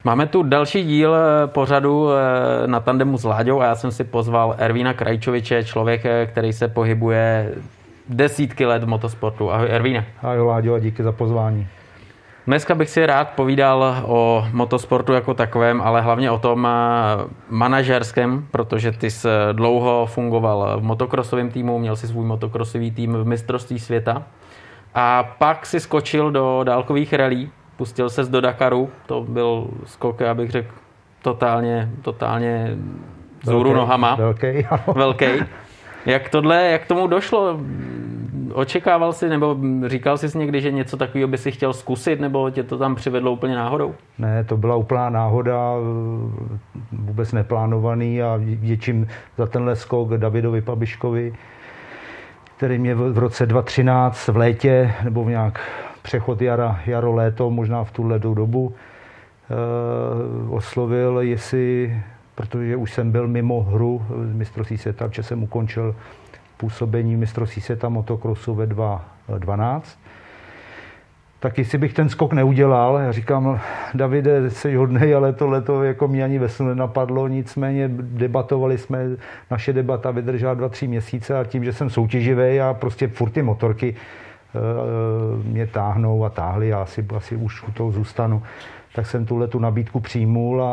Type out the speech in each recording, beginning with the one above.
Máme tu další díl pořadu na tandemu s Láďou a já jsem si pozval Ervína Krajčoviče, člověk, který se pohybuje desítky let v motosportu. Ahoj Ervíne. Ahoj Láďo a díky za pozvání. Dneska bych si rád povídal o motosportu jako takovém, ale hlavně o tom manažerském, protože ty jsi dlouho fungoval v motokrosovém týmu, měl si svůj motokrosový tým v mistrovství světa a pak si skočil do dálkových rally. Pustil ses do Dakaru, to byl skok, já bych řekl, totálně vzhůru nohama. Velký. Jak tomu došlo? Očekával jsi, nebo říkal jsi někdy, že něco takového by si chtěl zkusit, nebo tě to tam přivedlo úplně náhodou? Ne, to byla úplná náhoda, vůbec neplánovaný a vděčím za tenhle skok Davidovi Pabiškovi, který mě v roce 2013 v létě, nebo nějak přechod jaro-léto, možná v tuhle dobu, oslovil, protože už jsem byl mimo hru z mistrovství světa, protože jsem ukončil působení mistrovství světa motokrosu ve 2012. Tak jestli bych ten skok neudělal, já říkám, Davide, jsi hodnej, ale tohleto jako mě ani ve snu nenapadlo, nicméně debatovali jsme, naše debata vydržela 2-3 měsíce a tím, že jsem soutěživý a prostě furt ty motorky mě táhnou a táhly, já asi už u toho zůstanu, tak jsem tu nabídku přijmul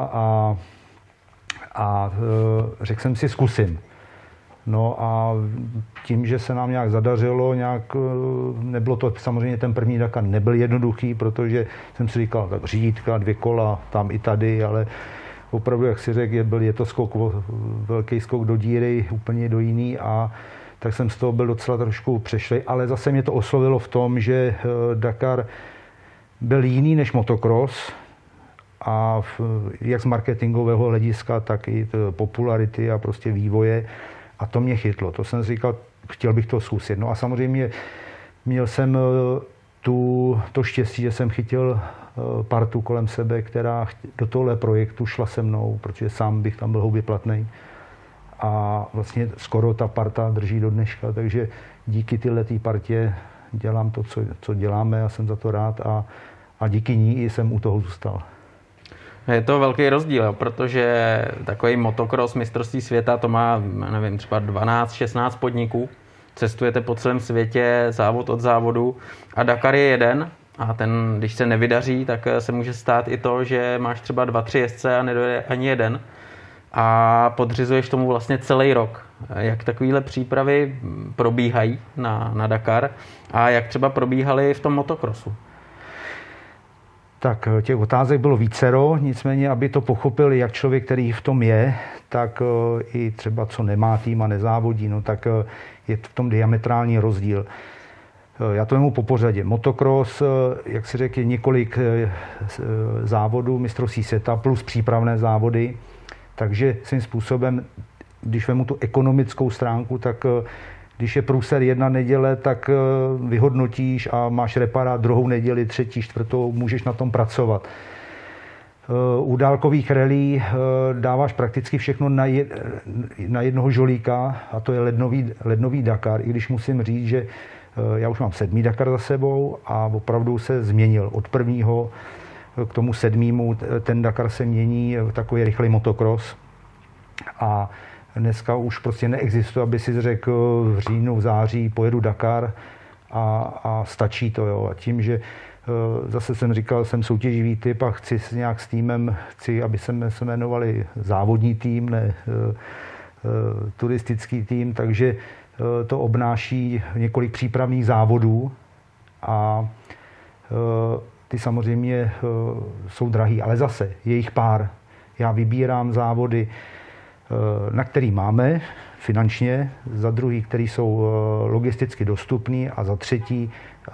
a řekl jsem si zkusím. No a tím, že se nám nějak zadařilo, nebylo to samozřejmě ten první Dakar nebyl jednoduchý, protože jsem si říkal, tak řídítka, 2 kola, tam i tady, ale opravdu, jak si řekl, je to skok, velký skok do díry, úplně do jiný a tak jsem z toho byl docela trošku přešlej, ale zase mě to oslovilo v tom, že Dakar byl jiný než motocross a jak z marketingového hlediska, tak i popularity a prostě vývoje a to mě chytlo. To jsem říkal, chtěl bych to zkusit. No a samozřejmě měl jsem to štěstí, že jsem chytil partu kolem sebe, která do tohle projektu šla se mnou, protože sám bych tam byl houby platnej. A vlastně skoro ta parta drží do dneška, takže díky této partě dělám to, co děláme a jsem za to rád a díky ní jsem u toho zůstal. Je to velký rozdíl, protože takový motocross mistrovství světa to má, nevím, třeba 12-16 podniků. Cestujete po celém světě, závod od závodu a Dakar je jeden a ten, když se nevydaří, tak se může stát i to, že máš třeba 2-3 jezdce a nedojde ani jeden. A podřizuješ tomu vlastně celý rok. Jak takovéhle přípravy probíhají na Dakar a jak třeba probíhaly v tom motocrossu? Tak těch otázek bylo vícero, nicméně, aby to pochopil jak člověk, který v tom je, tak i třeba co nemá tým a nezávodí, no tak je v tom diametrální rozdíl. Já to vemu po pořadě. Motocross, jak si řekl, je několik závodů mistrovství světa plus přípravné závody. Takže svým způsobem, když vemu tu ekonomickou stránku, tak když je průser 1 neděle, tak vyhodnotíš a máš reparát 2. neděli, 3., 4., můžeš na tom pracovat. U dálkových rally dáváš prakticky všechno na jednoho žolíka a to je lednový Dakar, i když musím říct, že já už mám 7. Dakar za sebou a opravdu se změnil od 1. k tomu 7. ten Dakar se mění v takový rychlý motocross a dneska už prostě neexistuje, aby si řekl v říjnu, v září pojedu Dakar a stačí to. Jo. A tím, že zase jsem říkal, jsem soutěživý typ a chci nějak s týmem, aby se jmenovali závodní tým, ne turistický tým, takže to obnáší několik přípravných závodů a ty samozřejmě jsou drahý, ale zase je jich pár. Já vybírám závody, na který máme finančně, za druhý, který jsou logisticky dostupný a za třetí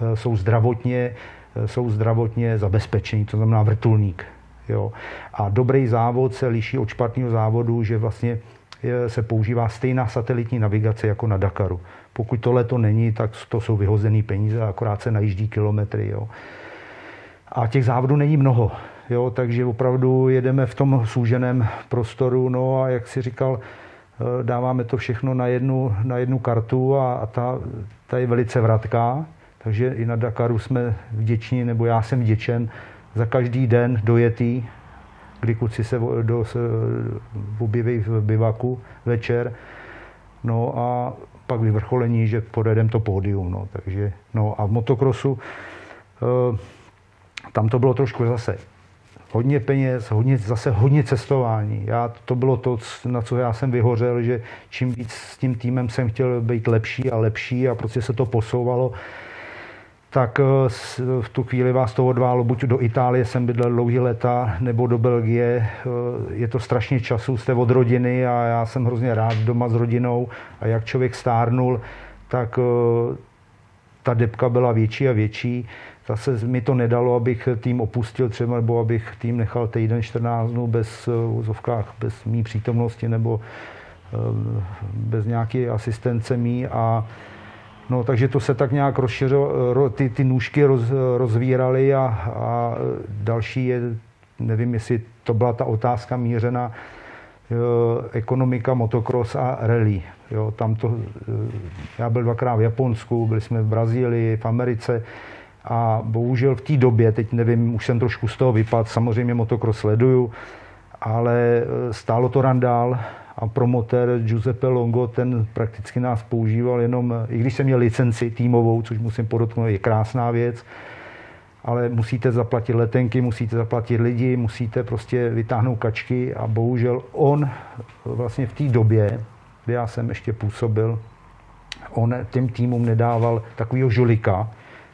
jsou zdravotně zabezpečení, to znamená vrtulník. Jo. A dobrý závod se liší od špatného závodu, že vlastně se používá stejná satelitní navigace jako na Dakaru. Pokud tohle to není, tak to jsou vyhozený peníze, akorát se najíždí kilometry. Jo. A těch závodů není mnoho, jo, takže opravdu jedeme v tom súženém prostoru, no a jak si říkal, dáváme to všechno na jednu kartu a ta je velice vratká, takže i na Dakaru jsme vděční, nebo já jsem vděčen za každý den dojetý kdy kluci se objeví v bivaku večer. No a pak vyvrcholení, že pojedeme to pódium. No. Takže, no a v motokrosu tam to bylo trošku zase hodně peněz, hodně cestování. To bylo to, na co já jsem vyhořel, že čím víc s tím týmem jsem chtěl být lepší a prostě se to posouvalo, tak v tu chvíli vás to odválo buď do Itálie, jsem bydlel dlouhý léta, nebo do Belgie. Je to strašně času, jste od rodiny a já jsem hrozně rád doma s rodinou a jak člověk stárnul, tak ta debka byla větší a větší. Zase mi to nedalo, abych tým opustil třeba, nebo abych tým nechal týden 14 dnů bez vozovkách, bez mý přítomnosti nebo bez nějaké asistence mý. A no, takže to se tak nějak rozšiřilo, ty nůžky rozvíraly a další je, nevím, jestli to byla ta otázka mířena, ekonomika, motocross a rally. Jo, já byl dvakrát v Japonsku, byli jsme v Brazílii, v Americe a bohužel v té době, teď nevím, už jsem trošku z toho vypadl, samozřejmě motocross sleduju, ale stálo to randál a promotér Giuseppe Longo, ten prakticky nás používal jenom, i když jsem měl licenci týmovou, což musím podotknout, je krásná věc, ale musíte zaplatit letenky, musíte zaplatit lidi, musíte prostě vytáhnout kačky a bohužel on vlastně v té době, kdy já jsem ještě působil, on těm týmům nedával takovýho žolika,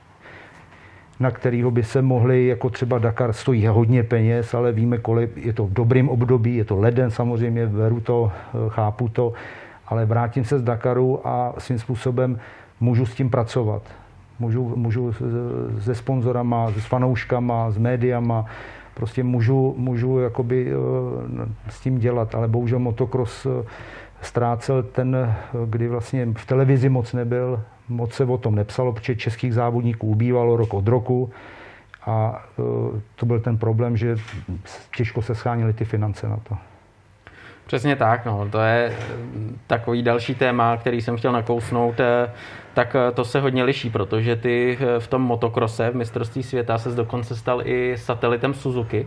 na kterého by se mohli, jako třeba Dakar stojí hodně peněz, ale víme, kolik je to v dobrým období, je to leden samozřejmě, beru to, chápu to, ale vrátím se z Dakaru a svým způsobem můžu s tím pracovat. Můžu se sponzorama, s fanouškama, s médiama, prostě můžu jakoby s tím dělat, ale bohužel motocross ztrácel ten, kdy vlastně v televizi moc nebyl, moc se o tom nepsalo, protože českých závodníků ubývalo rok od roku a to byl ten problém, že těžko se schánily ty finance na to. Přesně tak, no. To je takový další téma, který jsem chtěl nakousnout, tak to se hodně liší, protože ty v tom motokrose v mistrovství světa se dokonce stal i satelitem Suzuki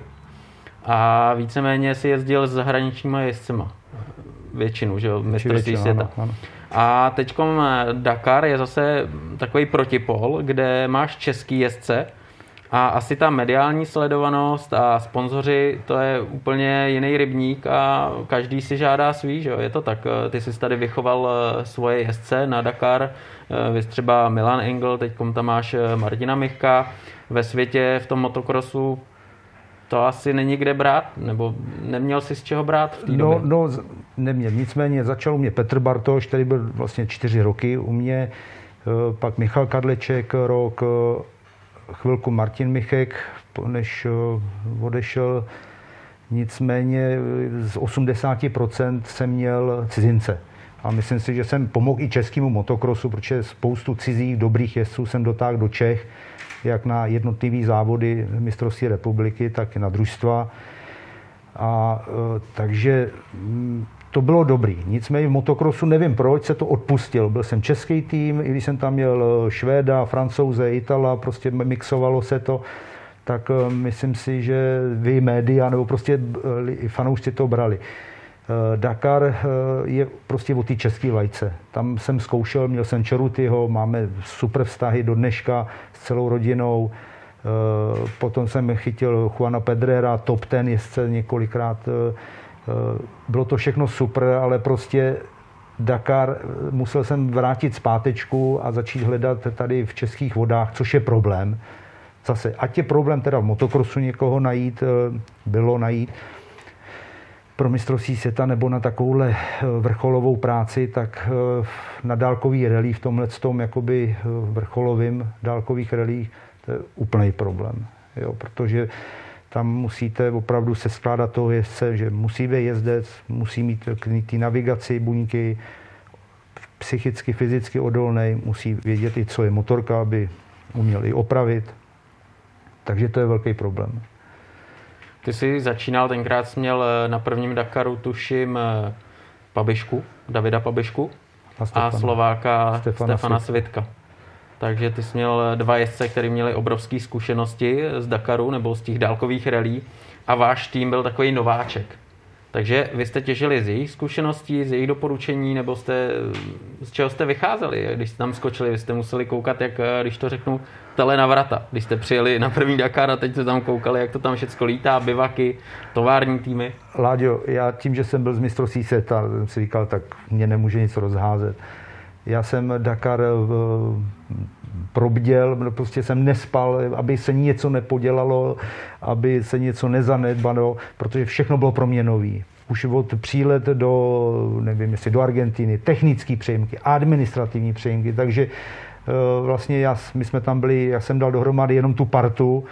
a víceméně si jezdil s zahraničníma jezdcema. Většinu, že jo, mistrovství světa. Ano. A teďkom Dakar je zase takový protipol, kde máš český jezdce a asi ta mediální sledovanost a sponzoři, to je úplně jiný rybník a každý si žádá svý, že jo, je to tak. Ty jsi tady vychoval svoje jezdce na Dakar, vys třeba Milan Engel, teďkom tam máš Martina Michka, ve světě v tom motokrosu to asi není kde brát, nebo neměl jsi z čeho brát v té době? No, neměl. Nicméně začal u mě Petr Bartoš, který byl vlastně 4 roky u mě, pak Michal Kadleček rok, chvilku Martin Michek, než odešel. Nicméně z 80% jsem měl cizince. A myslím si, že jsem pomohl i českému motokrosu, protože spoustu cizích dobrých jezdců jsem dotáhl do Čech, jak na jednotlivé závody mistrovství republiky, tak i na družstva. A takže to bylo dobrý. Nicméně v motokrosu nevím proč se to odpustil. Byl jsem český tým, i když jsem tam měl Švéda, Francouze, Itala, prostě mixovalo se to, tak myslím si, že vy média nebo prostě fanoušci to brali. Dakar je prostě o té české vlajce. Tam jsem zkoušel, měl jsem Čerutyho, máme super vztahy do dneška s celou rodinou. Potom jsem chytil Juana Pedrera, top 10 jezdce několikrát. Bylo to všechno super, ale prostě Dakar musel jsem vrátit zpátečku a začít hledat tady v českých vodách, což je problém. Zase, ať je problém teda v motokrosu někoho najít, bylo najít, pro mistrovství světa nebo na takovouhle vrcholovou práci, tak na dálkový rally v tomhletom jakoby vrcholovým dálkových rally to je úplný problém. Jo, protože tam musíte opravdu se skládat toho jezdce, že musí být jezdec, musí mít ty navigaci, buňky, psychicky, fyzicky odolný, musí vědět i, co je motorka, aby uměl i opravit. Takže to je velký problém. Ty jsi začínal, tenkrát jsi měl na prvním Dakaru, tuším, Pabišku, Davida Pabišku a Slováka Stefana Svitka. Takže ty jsi měl 2 jezdce, kteří měli obrovské zkušenosti z Dakaru nebo z těch dálkových rallyí a váš tým byl takový nováček. Takže vy jste těžili z jejich zkušeností, z jejich doporučení, nebo z čeho jste vycházeli? Když jste tam skočili, vy jste museli koukat, jak, když to řeknu, tele na vrata. Když jste přijeli na první Dakar a teď jste tam koukali, jak to tam všechno lítá, bivaky, tovární týmy. Láďo, já tím, že jsem byl z mistrovství světa, jsem si říkal, tak mě nemůže nic rozházet. Já jsem Dakar probděl, prostě jsem nespal, aby se něco nepodělalo, aby se něco nezanedbalo, protože všechno bylo pro mě nový. Už od přílet nevím jestli do Argentiny, technické přejímky, administrativní přejímky, takže vlastně my jsme tam byli, já jsem dal dohromady jenom tu partu,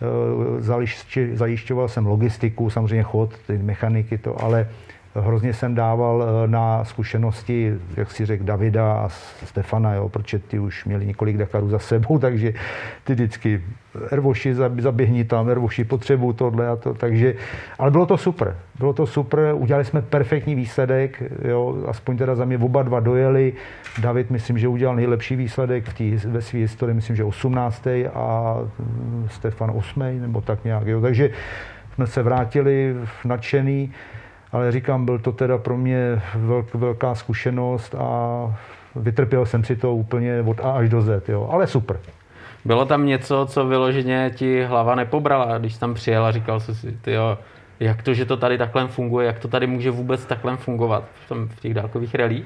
zajišťoval jsem logistiku, samozřejmě chod, ty mechaniky, ale hrozně jsem dával na zkušenosti, jak si řekl, Davida a Stefana, jo, protože ty už měli několik Dakarů za sebou, takže ty vždycky Ervoši zaběhni tam, Ervoši potřebuju tohle a to, takže, ale bylo to super, udělali jsme perfektní výsledek, jo, aspoň teda za mě oba dva dojeli, David myslím, že udělal nejlepší výsledek ve své historii, myslím, že 18. a Stefan 8. nebo tak nějak, jo, takže jsme se vrátili nadšený. Ale říkám, byl to teda pro mě velká zkušenost a vytrpěl jsem si to úplně od A až do Z, jo. Ale super. Bylo tam něco, co vyloženě ti hlava nepobrala, když jsi tam přijel a říkal jsi si, tyjo, jak to, že to tady takhle funguje, jak to tady může vůbec takhle fungovat v těch dálkových rallích?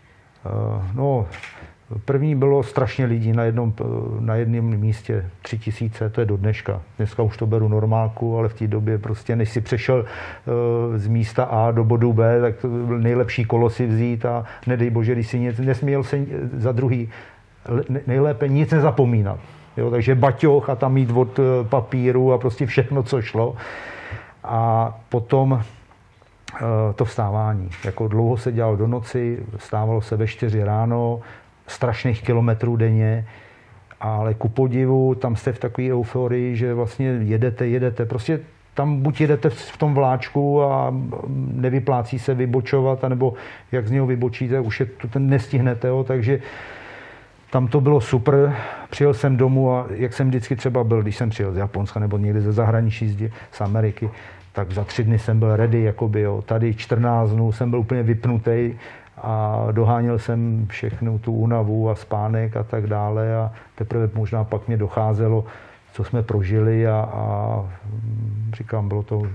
No, první bylo strašně lidí na jednom místě, 3000, to je do dneška. Dneska už to beru normálku, ale v té době prostě, než si přešel z místa A do bodu B, tak to byl nejlepší kolo si vzít a nedej bože, když si nesměl se za druhý, nejlépe nic nezapomínat. Jo, takže baťoch a tam mít od papíru a prostě všechno, co šlo. A potom to vstávání. Jako dlouho se dělalo do noci, vstávalo se ve 4 ráno, strašných kilometrů denně, ale ku podivu, tam jste v takové euforii, že vlastně jedete, prostě tam buď jedete v tom vláčku a nevyplácí se vybočovat, anebo jak z něho vybočíte, už nestihnete, jo, takže tam to bylo super. Přijel jsem domů a jak jsem vždycky třeba byl, když jsem přijel z Japonska nebo někde ze zahraničí, z Ameriky, tak za 3 dny jsem byl ready, jakoby, jo. Tady 14 dnů jsem byl úplně vypnutý a doháněl jsem všechnu tu únavu a spánek a tak dále a teprve možná pak mě docházelo, co jsme prožili a říkám, bylo to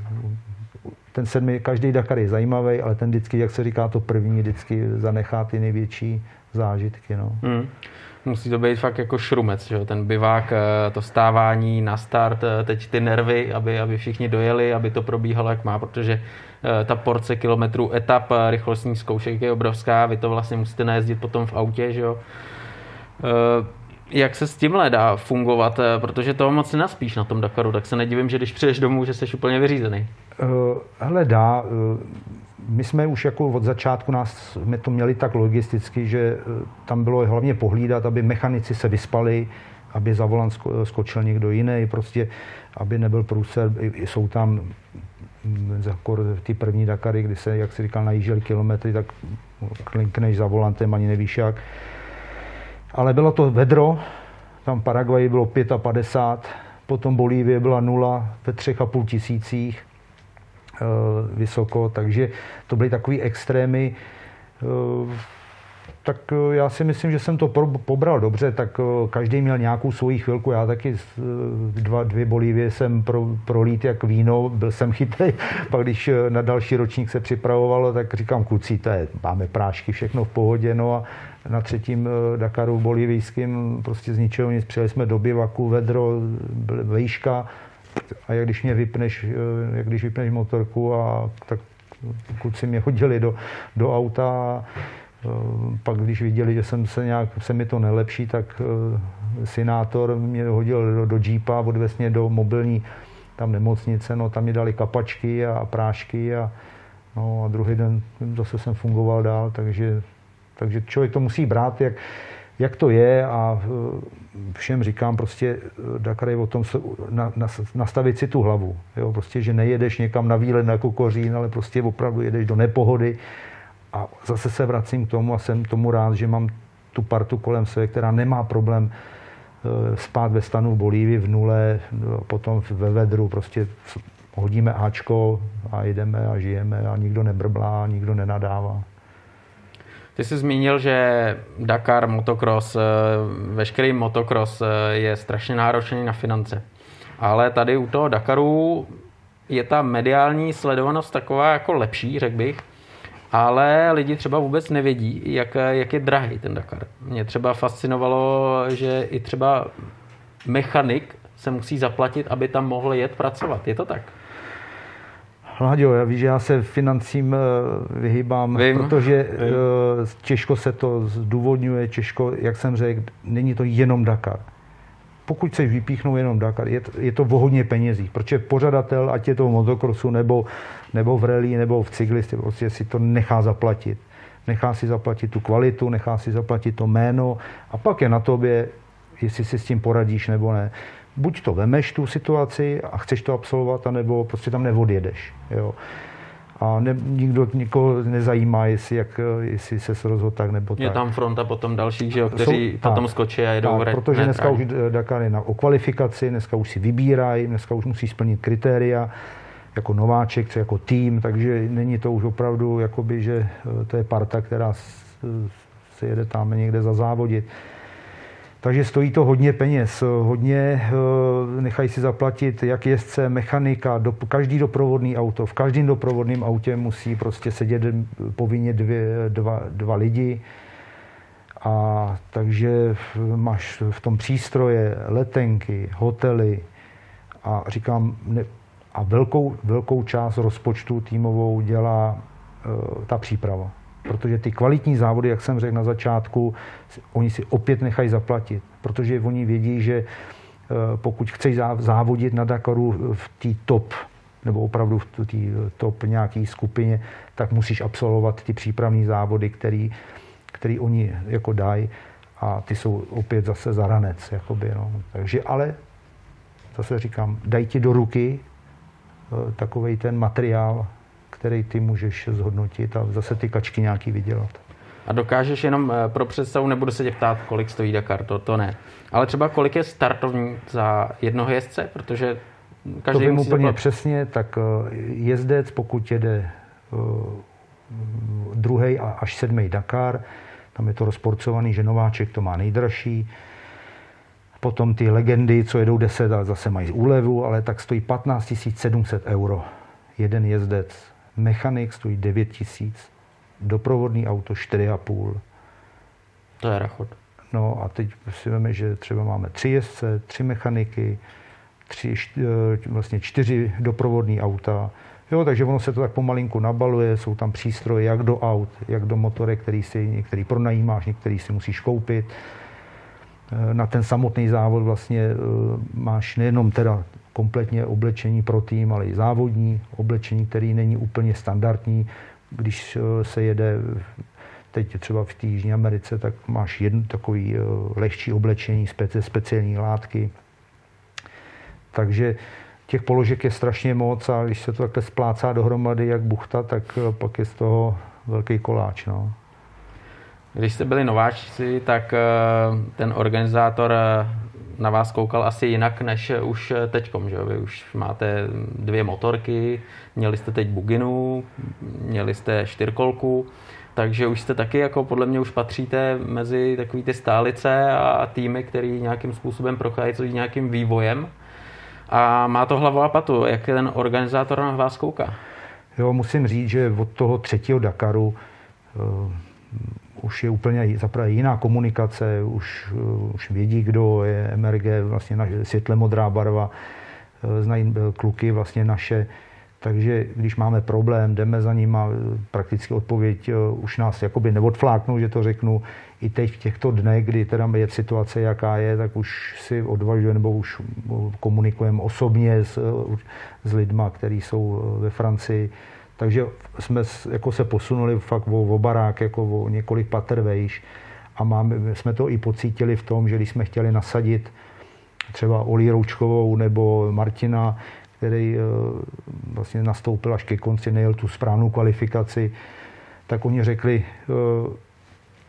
každý Dakar je zajímavý, ale ten vždycky, jak se říká, to první vždycky zanechá ty největší zážitky, no. Musí to být fakt jako šrumec, že? Ten bivák, to stávání na start, teď ty nervy, aby všichni dojeli, aby to probíhalo jak má, protože ta porce kilometrů etap rychlostních zkoušek je obrovská, vy to vlastně musíte najezdit potom v autě, že jo. Jak se s tímhle dá fungovat, protože toho moc nenaspíš na tom Dakaru, tak se nedivím, že když přijdeš domů, že jsi úplně vyřízený. Hele, dá. My jsme už jako od začátku jsme to měli tak logisticky, že tam bylo hlavně pohlídat, aby mechanici se vyspali, aby za volant skočil někdo jiný, prostě, aby nebyl průser. Jsou tam ty první Dakary, kdy se, jak si říkal, najížděli kilometry, tak klinkneš za volantem, ani nevíš jak. Ale bylo to vedro, tam v Paraguaji bylo 55, potom Bolívie byla 0 ve 3,5 tisících. Vysoko, takže to byly takový extrémy. Tak já si myslím, že jsem to pobral dobře, tak každý měl nějakou svoji chvilku. Já taky 2 Bolívie jsem prolít jak víno, byl jsem chytrý. Pak když na další ročník se připravovalo, tak říkám, kluci, máme prášky, všechno v pohodě. No a na 3. Dakaru bolívijským prostě z ničeho nic, přijeli jsme do bivaku, vedro, vejška. A jak když vypneš motorku, a tak kluci mě hodili do auta a pak když viděli, že se mi to nelepší, tak synátor mě hodil do džípa, odvez mě do mobilní tam nemocnice, no tam mi dali kapačky a prášky a druhý den zase jsem fungoval dál, takže člověk to musí brát, jak to je a všem říkám prostě, Dakar je o tom nastavit si tu hlavu. Jo? Prostě, že nejedeš někam na výlet na Kokořín, ale prostě opravdu jedeš do nepohody a zase se vracím k tomu a jsem tomu rád, že mám tu partu kolem sebe, která nemá problém spát ve stanu v Bolívii v nule, potom ve vedru, prostě hodíme Ačko a jdeme a žijeme a nikdo nebrblá, nikdo nenadává. Ty jsi zmínil, že Dakar, motocross, veškerý motocross je strašně náročný na finance. Ale tady u toho Dakaru je ta mediální sledovanost taková jako lepší, řekl bych. Ale lidi třeba vůbec nevědí, jak je drahý ten Dakar. Mě třeba fascinovalo, že i třeba mechanik se musí zaplatit, aby tam mohl jet pracovat. Je to tak? Láďo, já víš, že já se financím vyhýbám, protože těžko se to zdůvodňuje, těžko, jak jsem řekl, není to jenom Dakar. Pokud chceš vypíchnout jenom Dakar, je to o hodně penězích, protože pořadatel, ať je to v motocrossu, nebo v rally, nebo v cyklisti, prostě si to nechá zaplatit. Nechá si zaplatit tu kvalitu, nechá si zaplatit to jméno a pak je na tobě, jestli si s tím poradíš nebo ne. Buď to vemeš tu situaci a chceš to absolvovat, anebo prostě tam neodjedeš. Jo. A nikoho nezajímá, jestli se rozhodl tak nebo tak. Je tam fronta potom dalších, že jo, kteří potom skočí a jedou tak, protože dneska už Dakar je o kvalifikaci, dneska už si vybírají, dneska už musí splnit kritéria jako nováček, jako tým, takže není to už opravdu, jakoby, že to je parta, která se jede tam někde zazávodit. Takže stojí to hodně peněz, hodně nechají si zaplatit jak jezdce, mechanika, každý doprovodný auto. V každém doprovodném autě musí prostě sedět povinně dva lidi. A takže máš v tom přístroje, letenky, hotely a říkám, a velkou část rozpočtu týmovou dělá ta příprava. Protože ty kvalitní závody, jak jsem řekl na začátku, oni si opět nechají zaplatit. Protože oni vědí, že pokud chceš závodit na Dakaru v té top, nebo opravdu v té top nějaký skupině, tak musíš absolvovat ty přípravné závody, který oni jako dají. A ty jsou opět zase za ranec. Jakoby, no. Takže ale, zase říkám, daj ti do ruky takovej ten materiál, který ty můžeš zhodnotit a zase ty kačky nějaký vydělat. A dokážeš jenom pro představu, nebudu se tě ptát, kolik stojí Dakar, to ne. Ale třeba kolik je startovní za jednoho jezdce, protože každý to vím úplně přesně, tak jezdec, pokud jede druhý až 7. Dakar, tam je to rozporcovaný, že nováček to má nejdražší. Potom ty legendy, co jedou 10 a zase mají úlevu, ale tak stojí 15 700 € jeden jezdec. Mechanik stojí 9 000, doprovodný auto 4,5. To je rachot. No a teď si veme, že třeba máme 3 jezdce, 3 mechaniky, 4 doprovodný auta. Jo, takže ono se to tak pomalinku nabaluje, jsou tam přístroje jak do aut, jak do motorek, některý pronajímáš, některý si musíš koupit. Na ten samotný závod vlastně máš nejenom teda kompletně oblečení pro tým, ale i závodní oblečení, který není úplně standardní. Když se jede teď třeba v té Jižní Americe, tak máš takový lehčí oblečení, speciální látky. Takže těch položek je strašně moc a když se to takhle splácá dohromady jak buchta, tak pak je z toho velký koláč. No. Když jste byli nováčci, tak ten organizátor na vás koukal asi jinak než už teďkom, že? Vy už máte 2 motorky, měli jste teď buginu, měli jste 4kolku, takže už jste taky, jako podle mě už patříte mezi takový ty stálice a týmy, který nějakým způsobem procházejí nějakým vývojem. A má to hlavu a patu. Jak ten organizátor na vás kouká? Jo, musím říct, že od toho 3. Dakaru už je úplně zaprvé jiná komunikace, už vědí, kdo je MRG, vlastně světle modrá barva, znají kluky vlastně naše, takže když máme problém, jdeme za ním a prakticky odpověď už nás jakoby neodfláknou, že to řeknu, i teď v těchto dnech, kdy teda je situace, jaká je, tak už si odvažujeme nebo už komunikujeme osobně s lidma, kteří jsou ve Francii. Takže jsme jako se posunuli fakt o barák, jako o několik pater vejš a jsme to i pocítili v tom, že když jsme chtěli nasadit třeba Olí Roučkovou nebo Martina, který vlastně nastoupil až ke konci, nejel tu správnou kvalifikaci, tak oni řekli,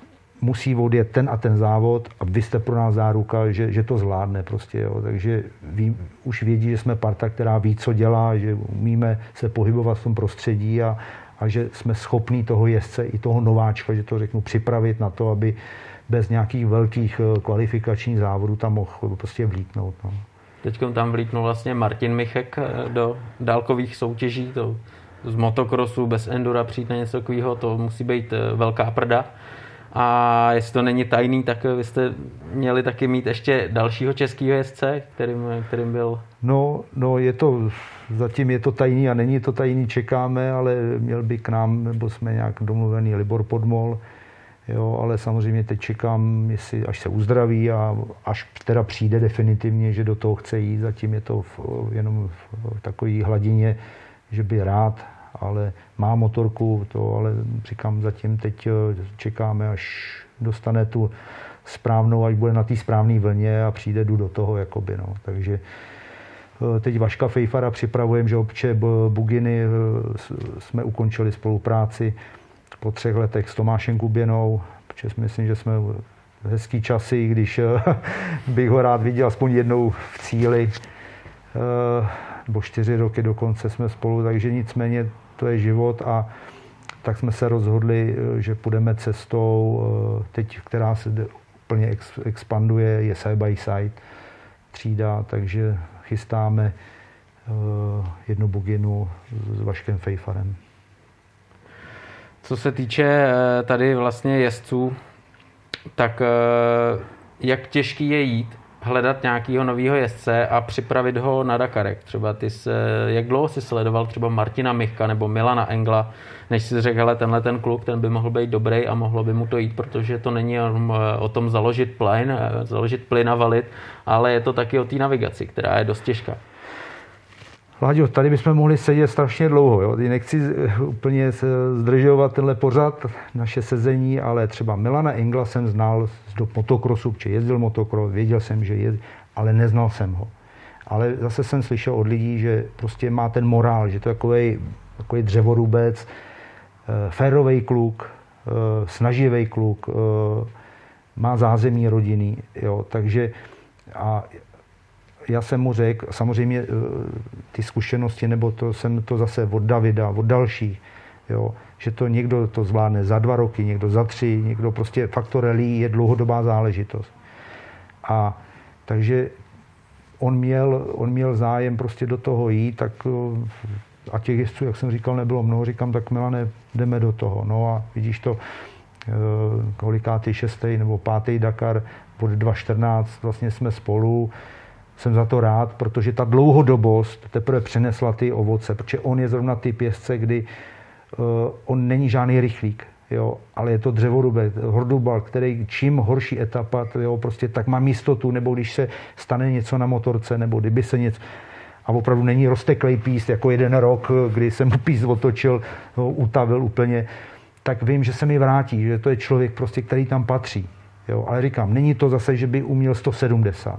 musí odjet ten a ten závod a vy jste pro nás záruka, že to zvládne prostě, jo. Takže už vědí, že jsme parta, která ví, co dělá, že umíme se pohybovat v tom prostředí a že jsme schopní toho jezdce i toho nováčka, že to řeknu, připravit na to, aby bez nějakých velkých kvalifikačních závodů tam mohl prostě vlítnout. No. Teď tam vlítnul vlastně Martin Michek do dálkových soutěží, to z motokrosu bez endura přijít na něco takového, to musí být velká prda. A jestli to není tajný, tak vy jste měli taky mít ještě dalšího českého jezdce, kterým byl... No, zatím je to tajný a není to tajný, čekáme, ale měl by k nám, nebo jsme nějak domluvený, Libor Podmol, jo, ale samozřejmě teď čekám, jestli až se uzdraví a až teda přijde definitivně, že do toho chce jít, zatím je to jenom v takové hladině, že by rád, ale má motorku, ale říkám, zatím teď čekáme, až dostane tu správnou, až bude na té správné vlně a přijde, jdu do toho, jakoby, no. Takže teď Vaška Fejfara připravujeme, že obče Buginy jsme ukončili spolupráci po 3 letech s Tomášem Kuběnou, protože myslím, že jsme hezký časy, když bych ho rád viděl aspoň jednou v cíli, nebo 4 roky dokonce jsme spolu, takže nicméně to je život a tak jsme se rozhodli, že půjdeme cestou, teď, která se úplně expanduje, je side by side třída, takže chystáme jednu Buginu s Vaškem Fejfarem. Co se týče tady vlastně jezdců, tak jak těžký je jít, hledat nějakého nového jezdce a připravit ho na Dakarek. Třeba jak dlouho jsi sledoval třeba Martina Michka nebo Milana Engla, než si řekl, hele, tenhle ten kluk, ten by mohl být dobrý a mohlo by mu to jít, protože to není o tom založit plyn a valit, ale je to taky o té navigaci, která je dost těžká. Láďo, tady bychom mohli sedět strašně dlouho. Jo? Nechci úplně zdržovat tenhle pořad, naše sezení, ale třeba Milana Engla jsem znal z dob motokrosu, protože jezdil motokros, věděl jsem, že je, ale neznal jsem ho. Ale zase jsem slyšel od lidí, že prostě má ten morál, že to je takový dřevorubec, férovej kluk, snaživý kluk, má zázemí rodinný, jo? Takže a já jsem mu řekl, samozřejmě ty zkušenosti, nebo to jsem to zase od Davida, od dalších, jo, že to někdo to zvládne za 2 roky, někdo za 3, někdo prostě faktor rally je dlouhodobá záležitost. A takže on měl zájem prostě do toho jít, tak a těch jezdců, jak jsem říkal, nebylo mnoho, říkám, tak Milane, jdeme do toho. No a vidíš to, kolikátý 6. nebo 5. Dakar, od 2.14 vlastně jsme spolu. Jsem za to rád, protože ta dlouhodobost teprve přinesla ty ovoce, protože on je zrovna typ jezdce, kdy on není žádný rychlík, jo, ale je to dřevorubec, hordubal, který čím horší etapa, jo, prostě tak má jistotu, nebo když se stane něco na motorce, nebo kdyby se něco, a opravdu není rozteklej píst, jako jeden rok, kdy jsem mu píst otočil, ho utavil úplně, tak vím, že se mi vrátí, že to je člověk prostě, který tam patří, jo, ale říkám, není to zase, že by uměl 170.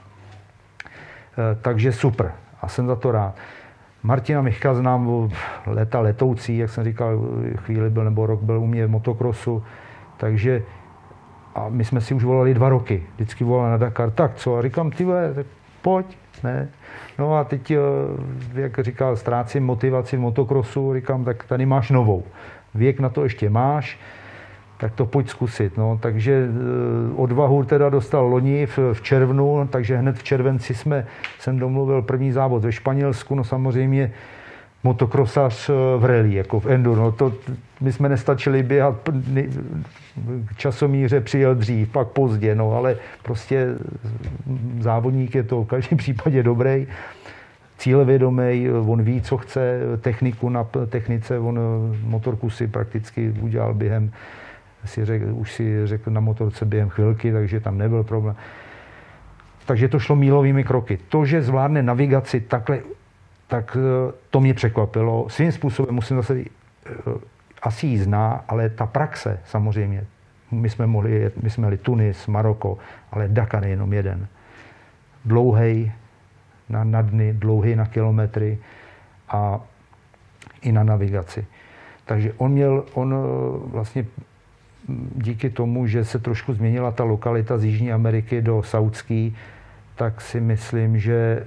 Takže super. A jsem za to rád. Martina Michka znám léta letoucí, jak jsem říkal, chvíli byl nebo rok byl u mě v motokrosu. Takže a my jsme si už volali 2 roky. Vždycky volal na Dakar. Tak co? A říkám, ty vole, pojď. Ne? No a teď, jak říkal, ztrácím motivaci v motokrosu. Říkám, tak tady máš novou. Věk na to ještě máš. Tak to pojď zkusit. No. Takže odvahu teda dostal loni v červnu, takže hned v červenci jsem domluvil první závod ve Španělsku, no samozřejmě motokrosař v rally, jako v enduro. No to my jsme nestačili běhat, časomíře přijel dřív, pak pozdě, no ale prostě závodník je to v každém případě dobrý, cílevědomý, on ví, co chce, techniku na technice, on motorku si prakticky udělal během už si řekl na motorce během chvilky, takže tam nebyl problém. Takže to šlo mílovými kroky. To, že zvládne navigaci takhle, tak to mě překvapilo. Svým způsobem musím zase, asi ji zná, ale ta praxe samozřejmě. My jsme jeli Tunis, Maroko, ale Dakar je jenom jeden. Dlouhej na dny, dlouhý na kilometry a i na navigaci. Takže on vlastně díky tomu, že se trošku změnila ta lokalita z Jižní Ameriky do Saudské, tak si myslím, že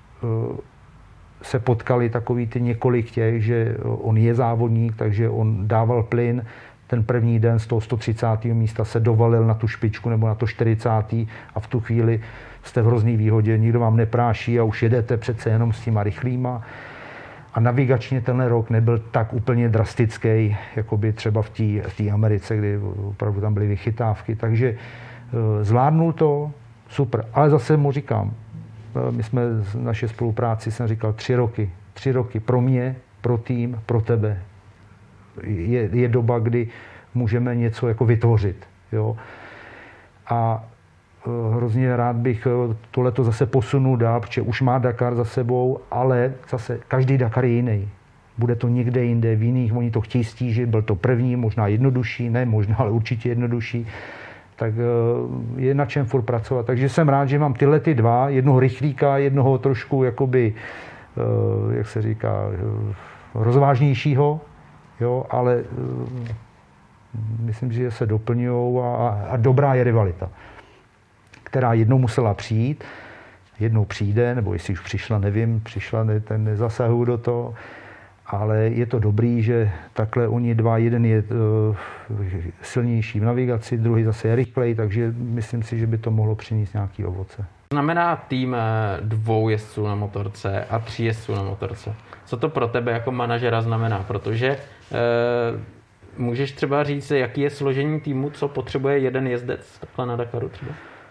se potkali takový ty několik těch, že on je závodník, takže on dával plyn. Ten první den z toho 130. místa se dovalil na tu špičku nebo na to 40. a v tu chvíli jste v hrozný výhodě, nikdo vám nepráší a už jedete přece jenom s těma rychlýma. A navigačně tenhle rok nebyl tak úplně drastický, jako by třeba v té Americe, kdy opravdu tam byly vychytávky. Takže zvládnul to, super. Ale zase mu říkám, my jsme v naší spolupráci, jsem říkal, 3 roky. 3 roky pro mě, pro tým, pro tebe. Je doba, kdy můžeme něco jako vytvořit. Jo? A hrozně rád bych tohleto zase posunul dál, protože už má Dakar za sebou, ale zase každý Dakar je jiný. Bude to někde jinde, v jiných, oni to chtějí stížit, byl to první, možná jednodušší, ne možná, ale určitě jednodušší. Tak je na čem furt pracovat. Takže jsem rád, že mám tyhle ty dva, jednoho rychlíka, jednoho trošku jakoby, jak se říká, rozvážnějšího, jo, ale myslím, že se doplňují a dobrá je rivalita, která jednou musela přijít, jednou přijde, nebo jestli už přišla, nevím, nezasahuju do toho, ale je to dobrý, že takhle oni dva, jeden je silnější v navigaci, druhý zase je rychlej, takže myslím si, že by to mohlo přinést nějaký ovoce. Znamená tým 2 jezdců na motorce a 3 jezdců na motorce. Co to pro tebe jako manažera znamená? Protože můžeš třeba říct, jaký je složení týmu, co potřebuje jeden jezdec takhle na Dakaru třeba?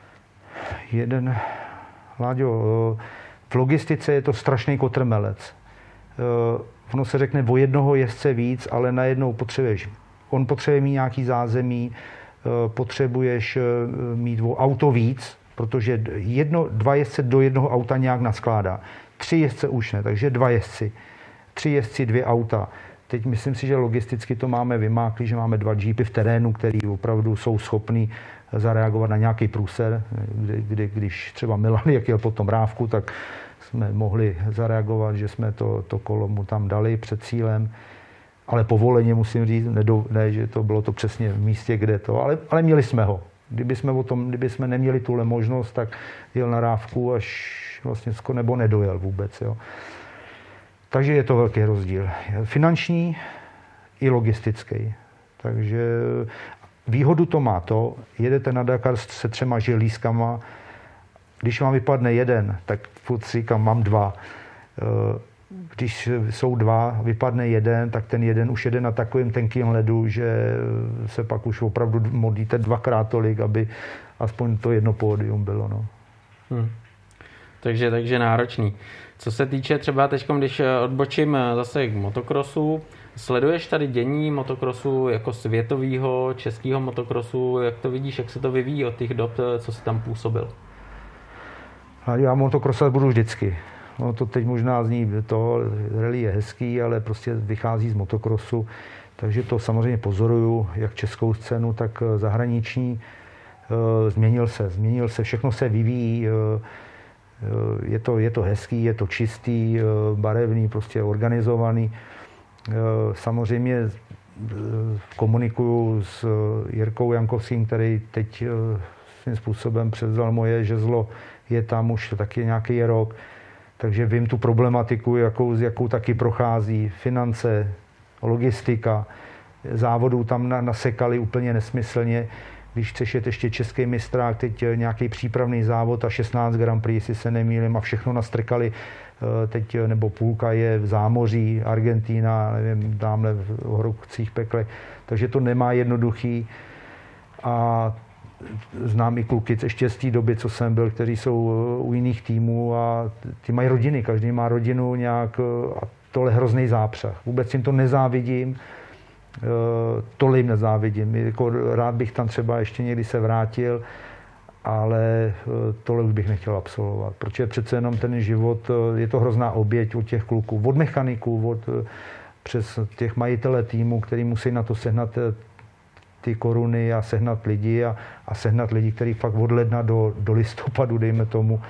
Láďo, v logistice je to strašný kotrmelec. Ono se řekne o jednoho jezdce víc, ale najednou on potřebuje mít nějaký zázemí, potřebuješ mít o auto víc, protože 2 jezdce do jednoho auta nějak naskládá. 3 jezdce už ne, takže 2 jezdci. 3 jezdci, 2 auta. Teď myslím si, že logisticky to máme vymáklý, že máme 2 jeepy v terénu, který opravdu jsou schopný zareagovat na nějaký průser. Když třeba Milan, jak jel po tom rávku, tak jsme mohli zareagovat, že jsme to kolo mu tam dali před cílem. Ale povoleně musím říct, ne, že to bylo to přesně v místě, kde to, ale měli jsme ho. Kdyby jsme neměli tuhle možnost, tak jel na rávku až vlastně nebo nedojel vůbec. Jo. Takže je to velký rozdíl. Finanční i logistický. Takže výhodu to má to, jedete na Dakar se 3 želízkama, když vám vypadne jeden, tak furt si říkám, mám 2. Když jsou 2, vypadne jeden, tak ten jeden už jede na takovém tenkým ledu, že se pak už opravdu modlíte 2krát tolik, aby aspoň to jedno pódium bylo. No. Takže náročný. Co se týče třeba teď, když odbočím zase k motokrosu, sleduješ tady dění motokrosu jako světového, českého motokrosu, jak to vidíš, jak se to vyvíjí od těch dob, co jsi tam působil? Já motokrosat budu vždycky. No to teď možná zní, rally je hezký, ale prostě vychází z motokrosu, takže to samozřejmě pozoruju, jak českou scénu, tak zahraniční. Změnil se, všechno se vyvíjí, je to hezký, je to čistý, barevný, prostě organizovaný. Samozřejmě komunikuju s Jirkou Jankovským, který teď svým způsobem převzal moje žezlo, je tam už taky nějaký rok, takže vím tu problematiku, jakou taky prochází, finance, logistika, závodů tam nasekali úplně nesmyslně. Když chceš jet ještě český mistrák, teď nějaký přípravný závod a 16 Grand Prix, jestli se nemýlím, a všechno nastrkali teď, nebo půlka je v zámoří, Argentína, nevím, tamhle v horúcích peklech, takže to nemá jednoduchý. A znám i kluky ještě z té doby, co jsem byl, kteří jsou u jiných týmů a ty mají rodiny, každý má rodinu nějak a tohle je hrozný zápřah. Vůbec jim to nezávidím, tohle jim nezávidím. Jako rád bych tam třeba ještě někdy se vrátil, ale tohle už bych nechtěl absolvovat, protože přece jenom ten život, je to hrozná oběť od těch kluků, od mechaniků, přes těch majitele týmu, který musí na to sehnat ty koruny a sehnat lidi a sehnat lidi, kteří fakt od ledna do listopadu, dejme tomu,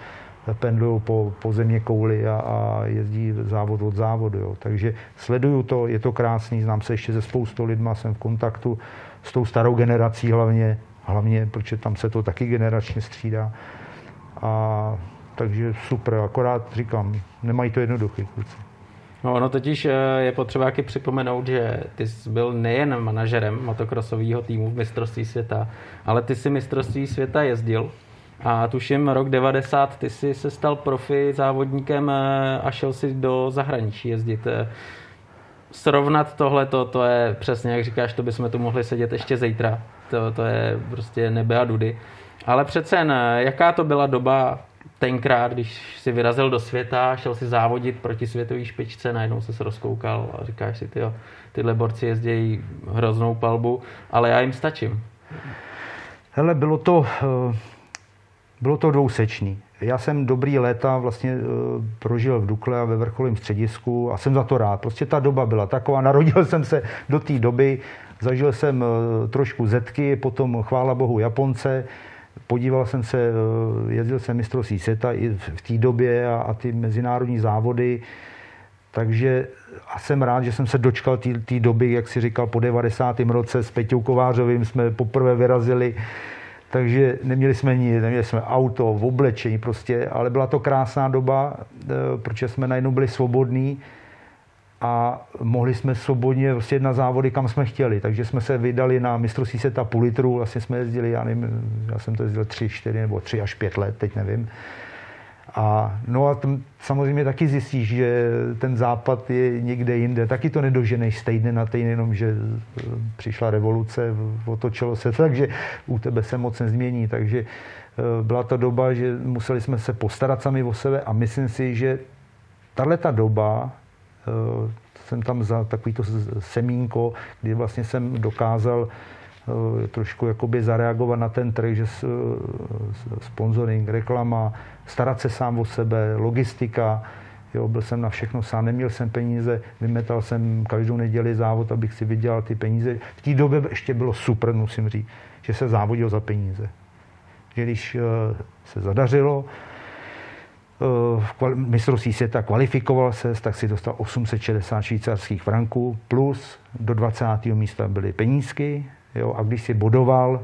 pendlují po země kouli a jezdí závod od závodu. Jo. Takže sleduju to, je to krásný, znám se ještě se spoustou lidma, jsem v kontaktu s tou starou generací hlavně, protože tam se to taky generačně střídá. A takže super, akorát říkám, nemají to jednoduchý kluci. No, ono totiž je potřeba taky připomenout, že ty jsi byl nejen manažerem motokrosového týmu v mistrovství světa, ale ty jsi mistrovství světa jezdil a tuším rok 90 ty jsi se stal profi závodníkem a šel si do zahraničí jezdit. Srovnat tohleto, to je přesně, jak říkáš, to bychom tu mohli sedět ještě zítra. To je prostě nebe a dudy. Ale přece jen, jaká to byla doba tenkrát, když si vyrazil do světa, šel si závodit proti světové špičce, najednou se rozkoukal a říkáš si, tyhle borci jezdějí hroznou palbu, ale já jim stačím. Hele, bylo to dvousečný. Já jsem dobrý léta vlastně prožil v Dukle a ve vrcholovém středisku a jsem za to rád. Prostě ta doba byla taková, narodil jsem se do té doby, zažil jsem trošku Zetky, potom chvála bohu Japonce, podíval jsem se, jezdil jsem mistrovství světa i v té době a ty mezinárodní závody, takže a jsem rád, že jsem se dočkal té doby, jak si říkal, po 90. roce s Peťou Kovářovým jsme poprvé vyrazili, takže neměli jsme nic, neměli jsme auto, oblečení prostě, ale byla to krásná doba, protože jsme najednou byli svobodní a mohli jsme svobodně prostě jet na závody, kam jsme chtěli. Takže jsme se vydali na mistrovství světa půl litru, vlastně jsme jezdili, já jsem to jezdil 3, 4 nebo 3 až 5 let, teď nevím. A samozřejmě taky zjistíš, že ten západ je někde jinde. Taky to nedoženeš z týdne na týden, jenom že přišla revoluce, otočilo se, takže u tebe se moc nezmění. Takže byla ta doba, že museli jsme se postarat sami o sebe a myslím si, že tahleta doba, jsem tam za takovýto semínko, kdy vlastně jsem dokázal trošku jakoby zareagovat na ten trh, že sponsoring, reklama, starat se sám o sebe, logistika, jo, byl jsem na všechno sám, neměl jsem peníze, vymetal jsem každou neděli závod, abych si vydělal ty peníze. V té době ještě bylo super, musím říct, že se závodil za peníze. Že když se zadařilo, v mistrovství světa kvalifikoval se, tak si dostal 860 švýcarských franků, plus do 20. místa byly penízky, jo, a když si bodoval,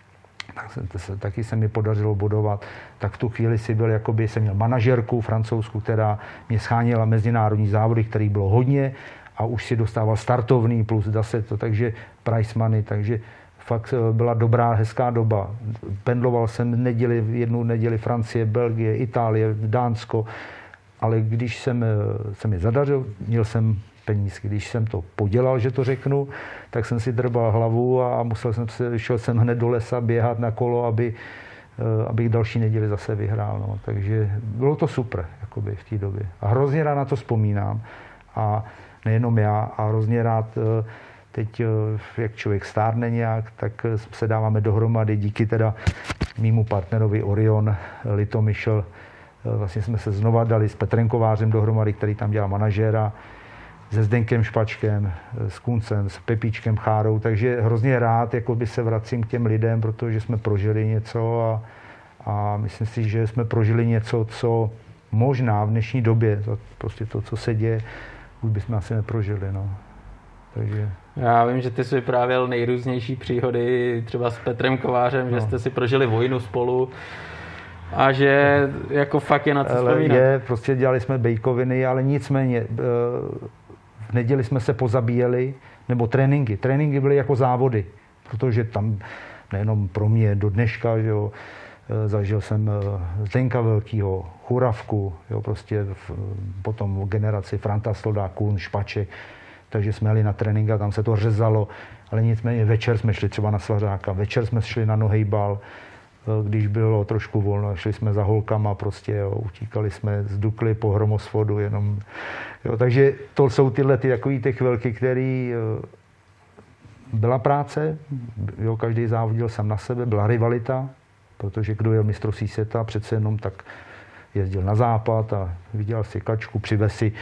taky se mi podařilo bodovat, tak v tu chvíli jsem měl manažerku francouzskou, která mě scháněla mezinárodní závody, kterých bylo hodně a už si dostával startovný plus zase to, takže prize money, takže fakt byla dobrá, hezká doba. Pendloval jsem jednu neděli Francie, Belgie, Itálie, Dánsko, ale když jsem se mi zadařil, měl jsem penízky. Když jsem to podělal, že to řeknu, tak jsem si drbal hlavu a šel jsem hned do lesa běhat na kolo, abych další neděli zase vyhrál. No. Takže bylo to super jakoby, v té době. A hrozně rád na to vzpomínám. A nejenom já, a hrozně rád teď, jak člověk stárne nějak, tak se dáváme dohromady díky teda mýmu partnerovi Orion Litomyšl. Vlastně jsme se znova dali s Petrem Kovářem dohromady, který tam dělá manažéra, se Zdenkem Špačkem, s Kuncem, s Pepíčkem Chárou, takže hrozně rád jakoby se vracím k těm lidem, protože jsme prožili něco a myslím si, že jsme prožili něco, co možná v dnešní době, prostě to, co se děje, už bychom asi neprožili. No. Takže... Já vím, že ty jsi vyprávěl nejrůznější příhody třeba s Petrem Kovářem, že jste si prožili vojnu spolu a že jako fakt je na co vzpomínat. Prostě dělali jsme bejkoviny, ale nicméně v neděli jsme se pozabíjeli, nebo tréninky. Tréninky byly jako závody, protože tam nejenom pro mě do dneška, že jo, zažil jsem Zdenka Velkýho, Churavku, jo, prostě potom generaci Franta Sloda, Kun, Špaček, takže jsme jeli na trénink a tam se to řezalo, ale nicméně večer jsme šli třeba na Svařáka, večer jsme šli na nohejbal, když bylo trošku volno, šli jsme za holkama prostě, jo, utíkali jsme z Dukly po Hromosvodu jenom, jo, takže to jsou ty takový ty chvilky, který byla práce, jo, každý závodil sám na sebe, byla rivalita, protože kdo jel mistrovství světa, přece jenom tak jezdil na západ a viděl si kačku, přivez si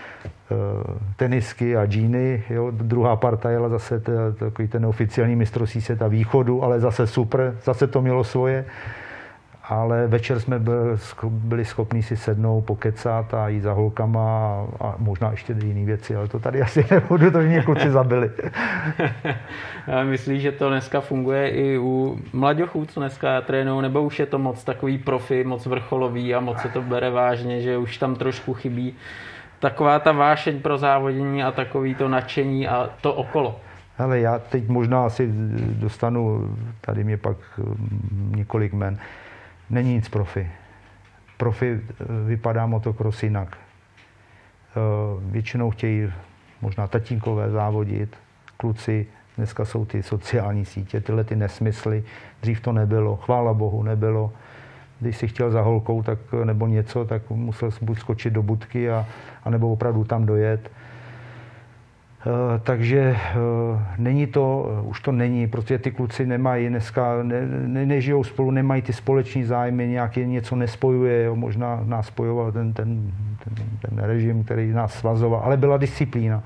tenisky a džíny, jo. Druhá parta jela zase takový ten neoficiální mistrovství světa východu, ale zase super, zase to mělo svoje. ale večer jsme byli schopni si sednout, pokecat a jít za holkama a možná ještě jiné věci, ale to tady asi nebudu, to mě kluci zabili. Myslíš, že to dneska funguje i u mlaďochů, co dneska trénují, nebo už je to moc takový profi, moc vrcholový a moc se to bere vážně, že už tam trošku chybí taková ta vášeň pro závodění a takový to nadšení a to okolo? Hele, já teď možná asi dostanu, tady mě pak několik jmen. Není nic profi. Profi vypadá motocross jinak. Většinou chtějí možná tatínkové závodit, kluci, dneska jsou ty sociální sítě, tyhle ty nesmysly. Dřív to nebylo, chvála bohu nebylo. Když si chtěl za holkou tak, nebo něco, tak musel buď skočit do budky a nebo opravdu tam dojet. Takže není to, už to není, protože ty kluci nemají dneska, nežijou spolu, nemají ty společní zájmy, nějaké něco nespojuje, jo, možná nás spojoval ten režim, který nás svazoval, ale byla disciplína.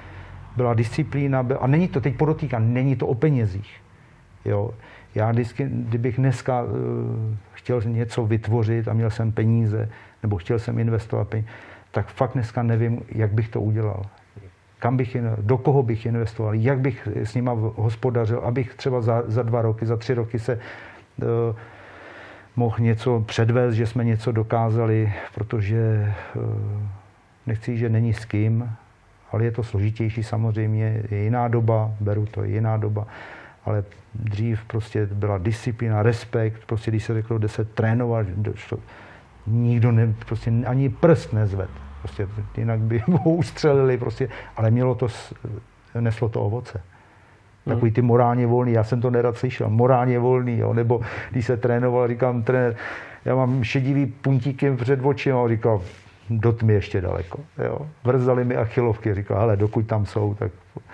A není to, teď podotýkám, není to o penězích. Jo. Já kdybych dneska chtěl něco vytvořit a měl jsem peníze, nebo chtěl jsem investovat peníze, tak fakt dneska nevím, jak bych to udělal. Do koho bych investoval, jak bych s nima hospodařil, abych třeba za 2 roky, za 3 roky se mohl něco předvést, že jsme něco dokázali, protože nechci, že není s kým, ale je to složitější samozřejmě, je jiná doba, beru to, je jiná doba, ale dřív prostě byla disciplína, respekt, prostě když se řeklo, kde se trénoval, nikdo prostě ani prst nezvedl. Prostě jinak by ho ustřelili, prostě, ale neslo to ovoce. Takový ty morálně volný, já jsem to nerad slyšel, morálně volný, jo, nebo když se trénoval, říkám, trenér, já mám šedivý puntíky před očima, a říkal, do tmy ještě daleko, jo. Vrzali mi achilovky, říkal, hele, dokud tam jsou, tak...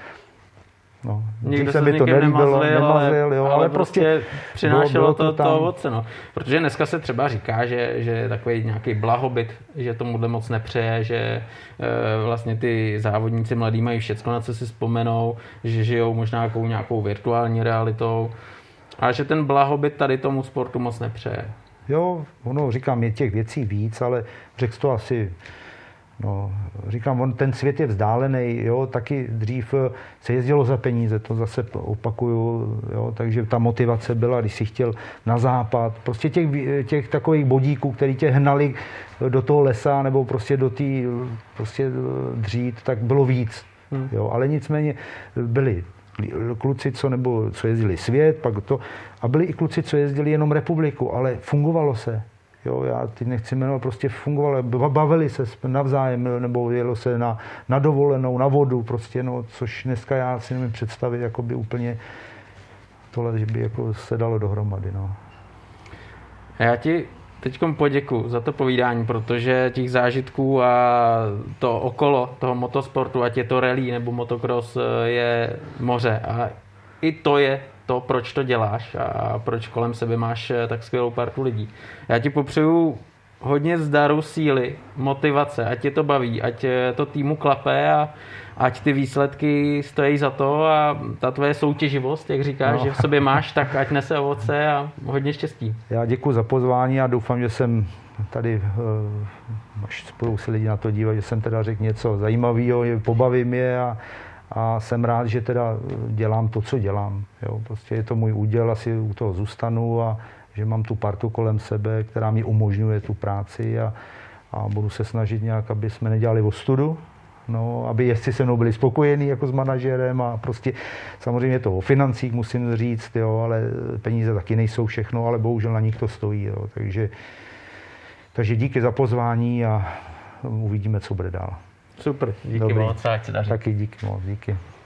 No, nikdo se mi to nemazlil, ale prostě přinášelo to ovoce. No. Protože dneska se třeba říká, že je takový nějaký blahobyt, že tomuhle moc nepřeje, že vlastně ty závodníci mladí mají všecko, na co si vzpomenou, že žijou možná nějakou virtuální realitou, ale že ten blahobyt tady tomu sportu moc nepřeje. Jo, říkám, je těch věcí víc, ale řekl to asi... No, říkám, ten svět je vzdálený, jo, taky dřív se jezdilo za peníze, to zase opakuju, jo, takže ta motivace byla, když si chtěl na západ, prostě těch takových bodíků, který tě hnali do toho lesa nebo prostě do té prostě dřít, tak bylo víc, jo, ale nicméně byli kluci, co jezdili svět, pak to, a byli i kluci, co jezdili jenom republiku, ale fungovalo se. Jo, já teď nechci jmenovat, prostě fungovalo, bavili se navzájem, nebo jelo se na dovolenou, na vodu, prostě, no, což dneska já si nemůžu představit, jako by úplně tohle, že by jako se dalo dohromady, no. Já ti teďkom poděkuju za to povídání, protože těch zážitků a to okolo toho motosportu, ať je to rally nebo motocross, je moře a i to je to, proč to děláš a proč kolem sebe máš tak skvělou partu lidí. Já ti popřeju hodně zdaru, síly, motivace, ať tě to baví, ať to týmu klape a ať ty výsledky stojí za to a ta tvoje soutěživost, jak říkáš, že v sobě máš, tak ať nese ovoce a hodně štěstí. Já děkuji za pozvání a doufám, že jsem tady, až budou se lidi na to dívat, že jsem teda řekl něco zajímavého, pobavím je a jsem rád, že teda dělám to, co dělám. Jo. Prostě je to můj úděl, asi u toho zůstanu a že mám tu partu kolem sebe, která mi umožňuje tu práci a budu se snažit nějak, aby jsme nedělali ostudu, no, aby jezdci se mnou byli spokojení jako s manažerem a prostě samozřejmě to o financích musím říct, jo, ale peníze taky nejsou všechno, ale bohužel na nich to stojí. Jo. Takže díky za pozvání a uvidíme, co bude dál. Super, díky moc, ať se daří. Taky díky moc, díky.